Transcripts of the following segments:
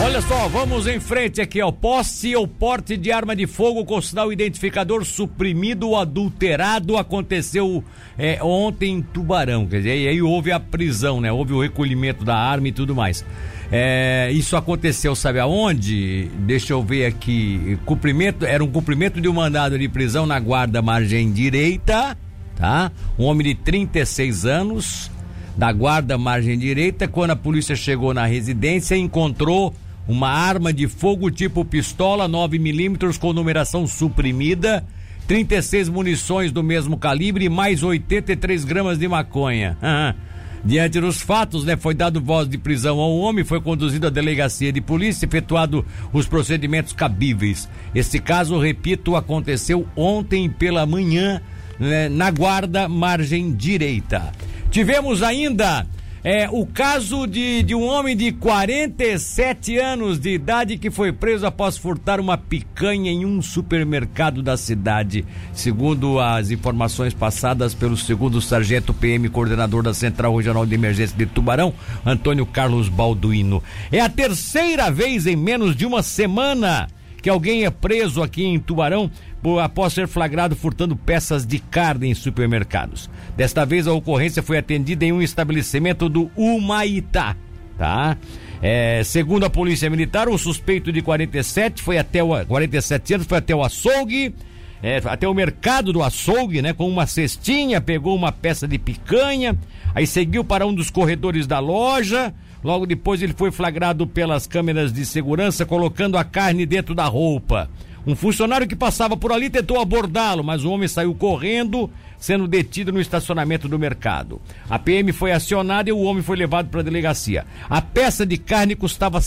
Olha só, vamos em frente aqui, ó. Posse ou porte de arma de fogo com sinal identificador suprimido ou adulterado aconteceu ontem em Tubarão, quer dizer, e aí houve a prisão, né? Houve o recolhimento da arma e tudo mais. Isso aconteceu, sabe aonde? Deixa eu ver aqui. Era um cumprimento de um mandado de prisão na guarda margem direita, tá? Um homem de 36 anos, da guarda margem direita, quando a polícia chegou na residência, encontrou uma arma de fogo tipo pistola 9mm com numeração suprimida, 36 munições do mesmo calibre e mais 83 gramas de maconha. Diante dos fatos, né, foi dado voz de prisão ao homem, foi conduzido à delegacia de polícia, efetuado os procedimentos cabíveis. Esse caso, repito, aconteceu ontem pela manhã, né, na guarda margem direita. Tivemos ainda o caso de um homem de 47 anos de idade que foi preso após furtar uma picanha em um supermercado da cidade, segundo as informações passadas pelo segundo sargento PM, coordenador da Central Regional de Emergência de Tubarão, Antônio Carlos Balduino. É a terceira vez em menos de uma semana que alguém é preso aqui em Tubarão após ser flagrado furtando peças de carne em supermercados. Desta vez a ocorrência foi atendida em um estabelecimento do Humaitá, tá? Segundo a polícia militar, o suspeito de 47 anos foi até o açougue, até o mercado do açougue, né? Com uma cestinha, pegou uma peça de picanha, aí seguiu para um dos corredores da loja. Logo depois ele foi flagrado pelas câmeras de segurança colocando a carne dentro da roupa. Um funcionário que passava por ali tentou abordá-lo, mas o homem saiu correndo, sendo detido no estacionamento do mercado. A PM foi acionada e o homem foi levado para a delegacia. A peça de carne custava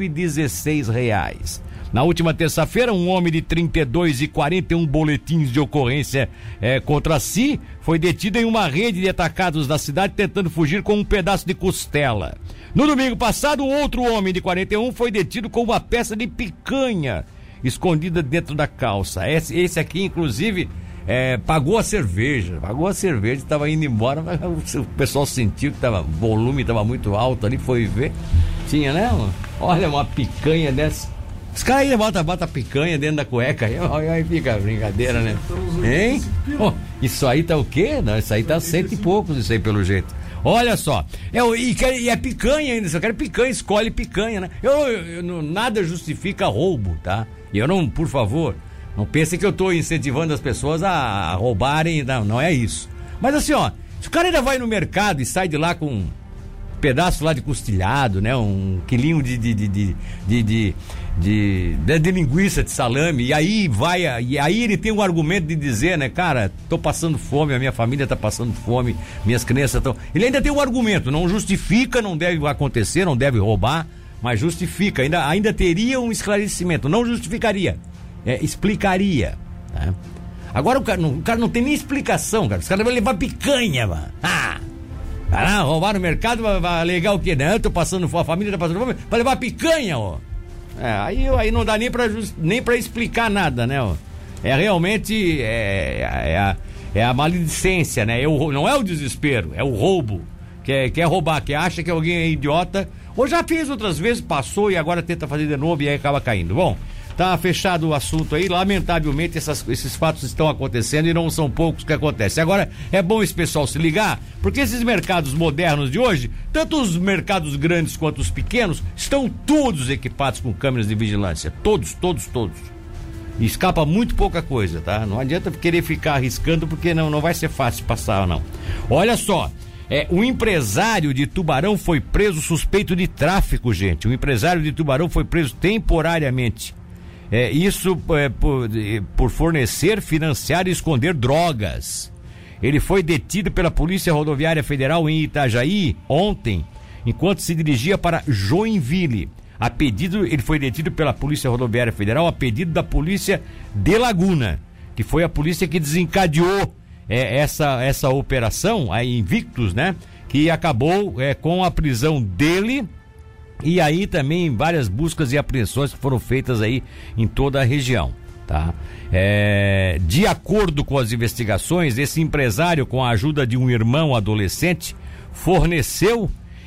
R$116. Na última terça-feira, um homem de 32 e 41 boletins de ocorrência contra si foi detido em uma rede de atacados da cidade tentando fugir com um pedaço de costela. No domingo passado, outro homem de 41 foi detido com uma peça de picanha escondida dentro da calça. Esse aqui, inclusive, pagou a cerveja, estava indo embora, mas o pessoal sentiu que o volume estava muito alto ali, foi ver, tinha, né? Olha, uma picanha dessa. Os caras aí botam a picanha dentro da cueca, aí fica brincadeira, né? Hein? Isso aí tá o quê? Não, isso aí tá 100 e poucos, isso aí pelo jeito. Olha só, e é picanha ainda, se eu quero picanha, escolhe picanha, né? Nada justifica roubo, tá? E eu não, por favor, não pense que eu tô incentivando as pessoas a roubarem, não é isso. Mas assim, ó, se o cara ainda vai no mercado e sai de lá com um pedaço lá de costilhado, né? Um quilinho de linguiça, de salame, e aí ele tem um argumento de dizer, né, cara, tô passando fome, a minha família tá passando fome, minhas crianças estão... Ele ainda tem um argumento, não justifica, não deve acontecer, não deve roubar, mas justifica, ainda teria um esclarecimento, não justificaria, explicaria, tá? Agora o cara não tem nem explicação, cara, os caras vão levar picanha, mano. Roubar no mercado, vai alegar o quê? Não, eu tô passando fome, a família tá passando fome, vai levar picanha, ó. Aí não dá nem pra explicar nada, né, ó. Realmente a maledicência, né? Não é o desespero, é o roubo. Quer roubar, que acha que alguém é idiota, ou já fez outras vezes, passou e agora tenta fazer de novo e aí acaba caindo. Bom, tá fechado o assunto aí, lamentavelmente esses fatos estão acontecendo e não são poucos que acontecem. Agora, é bom esse pessoal se ligar, porque esses mercados modernos de hoje, tanto os mercados grandes quanto os pequenos, estão todos equipados com câmeras de vigilância, todos. E escapa muito pouca coisa, tá? Não adianta querer ficar arriscando, porque não vai ser fácil passar, não. Olha só, um empresário de Tubarão foi preso suspeito de tráfico, gente. Um empresário de Tubarão foi preso temporariamente. Isso por fornecer, financiar e esconder drogas. Ele foi detido pela Polícia Rodoviária Federal em Itajaí ontem, enquanto se dirigia para Joinville. Ele foi detido pela Polícia Rodoviária Federal a pedido da Polícia de Laguna, que foi a polícia que desencadeou essa operação, a Invictus, né? Que acabou com a prisão dele. E aí também várias buscas e apreensões que foram feitas aí em toda a região, tá? De acordo com as investigações, esse empresário, com a ajuda de um irmão adolescente, forneceu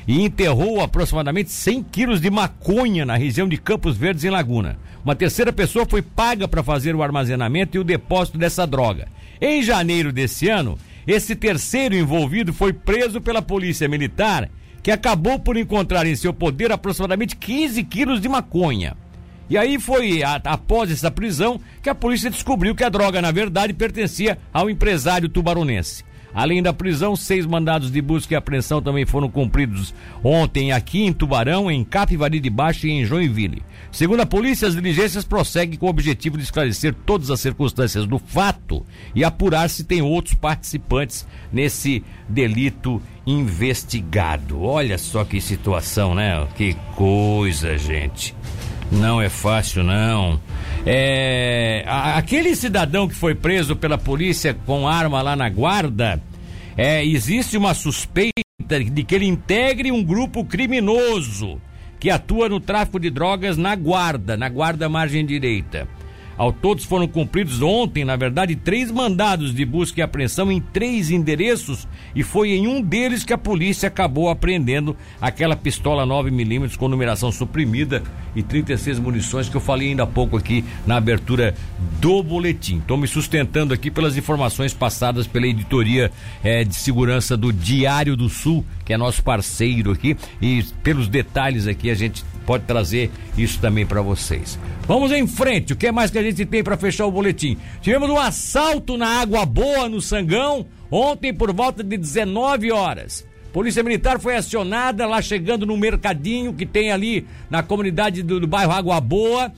e enterrou aproximadamente 100 quilos de maconha na região de Campos Verdes, em Laguna. Uma terceira pessoa foi paga para fazer o armazenamento e o depósito dessa droga. Em janeiro desse ano, esse terceiro envolvido foi preso pela Polícia Militar, que acabou por encontrar em seu poder aproximadamente 15 quilos de maconha. E aí foi após essa prisão que a polícia descobriu que a droga, na verdade, pertencia ao empresário tubaronense. Além da prisão, 6 mandados de busca e apreensão também foram cumpridos ontem aqui em Tubarão, em Capivari de Baixo e em Joinville. Segundo a polícia, as diligências prosseguem com o objetivo de esclarecer todas as circunstâncias do fato e apurar se tem outros participantes nesse delito investigado. Olha só que situação, né? Que coisa, gente. Não é fácil, não. Aquele cidadão que foi preso pela polícia com arma lá na Guarda, existe uma suspeita de que ele integre um grupo criminoso que atua no tráfico de drogas na Guarda Margem Direita. Ao todos foram cumpridos ontem, na verdade, 3 mandados de busca e apreensão em 3 endereços, e foi em um deles que a polícia acabou apreendendo aquela pistola 9mm com numeração suprimida e 36 munições que eu falei ainda há pouco aqui na abertura do boletim. Estou me sustentando aqui pelas informações passadas pela editoria de segurança do Diário do Sul, que é nosso parceiro aqui, e pelos detalhes aqui a gente pode trazer isso também para vocês. Vamos em frente, o que mais que a gente tem para fechar o boletim? Tivemos um assalto na Água Boa, no Sangão, ontem por volta de 19 horas. Polícia Militar foi acionada lá, chegando no mercadinho que tem ali na comunidade do bairro Água Boa.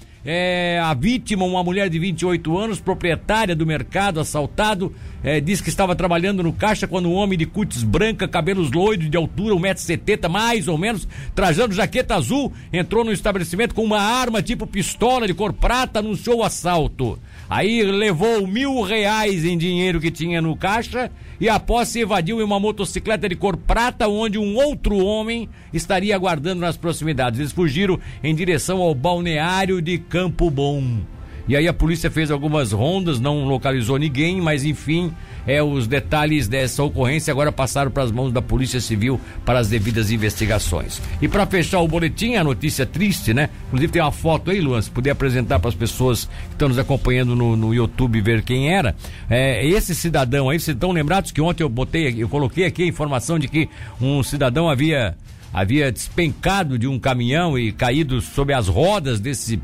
A vítima, uma mulher de 28 anos, proprietária do mercado, assaltado, diz que estava trabalhando no caixa quando um homem de cútis branca, cabelos loiros, de altura 1,70 m mais ou menos, trajando jaqueta azul, entrou no estabelecimento com uma arma tipo pistola de cor prata, anunciou o assalto. Aí levou R$1.000 em dinheiro que tinha no caixa e após se evadiu em uma motocicleta de cor prata, onde um outro homem estaria aguardando nas proximidades. Eles fugiram em direção ao balneário de Campo Bom. E aí a polícia fez algumas rondas, não localizou ninguém, mas enfim, os detalhes dessa ocorrência agora passaram para as mãos da Polícia Civil para as devidas investigações. E para fechar o boletim, a notícia triste, né? Inclusive tem uma foto aí, Luan, se puder apresentar para as pessoas que estão nos acompanhando no YouTube ver quem era. Esse cidadão aí, vocês estão lembrados que ontem eu coloquei aqui a informação de que um cidadão havia despencado de um caminhão e caído sob as rodas desse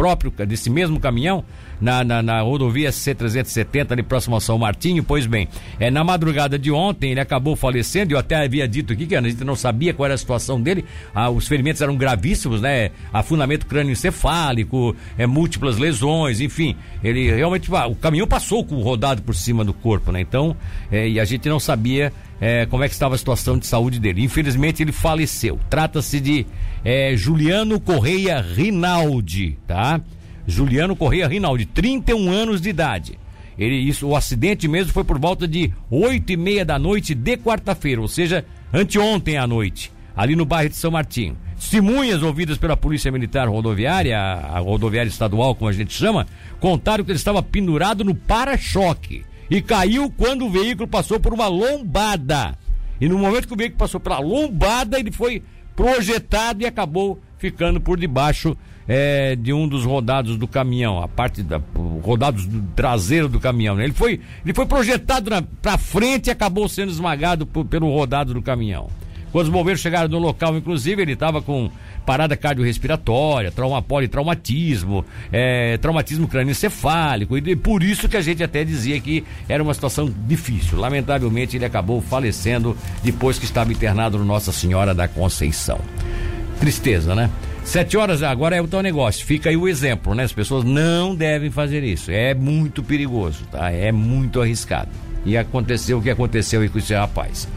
mesmo caminhão na rodovia C-370 ali próximo ao São Martinho. Pois bem, na madrugada de ontem ele acabou falecendo. Eu até havia dito aqui que a gente não sabia qual era a situação dele. Os ferimentos eram gravíssimos, né? Afundamento crânioencefálico, múltiplas lesões, enfim, ele realmente, o caminhão passou com o rodado por cima do corpo, né? Então, e a gente não sabia como é que estava a situação de saúde dele. Infelizmente ele faleceu. Trata-se de Juliano Correia Rinaldi, tá? Juliano Correia Rinaldi, 31 anos de idade. O acidente mesmo foi por volta de 8h30 da noite de quarta-feira, ou seja, anteontem à noite, ali no bairro de São Martinho. Testemunhas ouvidas pela Polícia Militar Rodoviária, a rodoviária estadual, como a gente chama, contaram que ele estava pendurado no para-choque e caiu quando o veículo passou por uma lombada. E no momento que o veículo passou pela lombada, ele foi projetado e acabou ficando por debaixo de um dos rodados do caminhão, a parte rodados traseiro do caminhão, né? Ele foi projetado para frente e acabou sendo esmagado pelo rodado do caminhão. Quando os bombeiros chegaram no local, inclusive, ele estava com parada cardiorrespiratória, politraumatismo, traumatismo crânioencefálico, e por isso que a gente até dizia que era uma situação difícil. Lamentavelmente, ele acabou falecendo depois que estava internado no Nossa Senhora da Conceição. Tristeza, né? 7 horas, agora é o tal negócio. Fica aí o exemplo, né? As pessoas não devem fazer isso. É muito perigoso, tá? É muito arriscado. E aconteceu o que aconteceu aí com esse rapaz.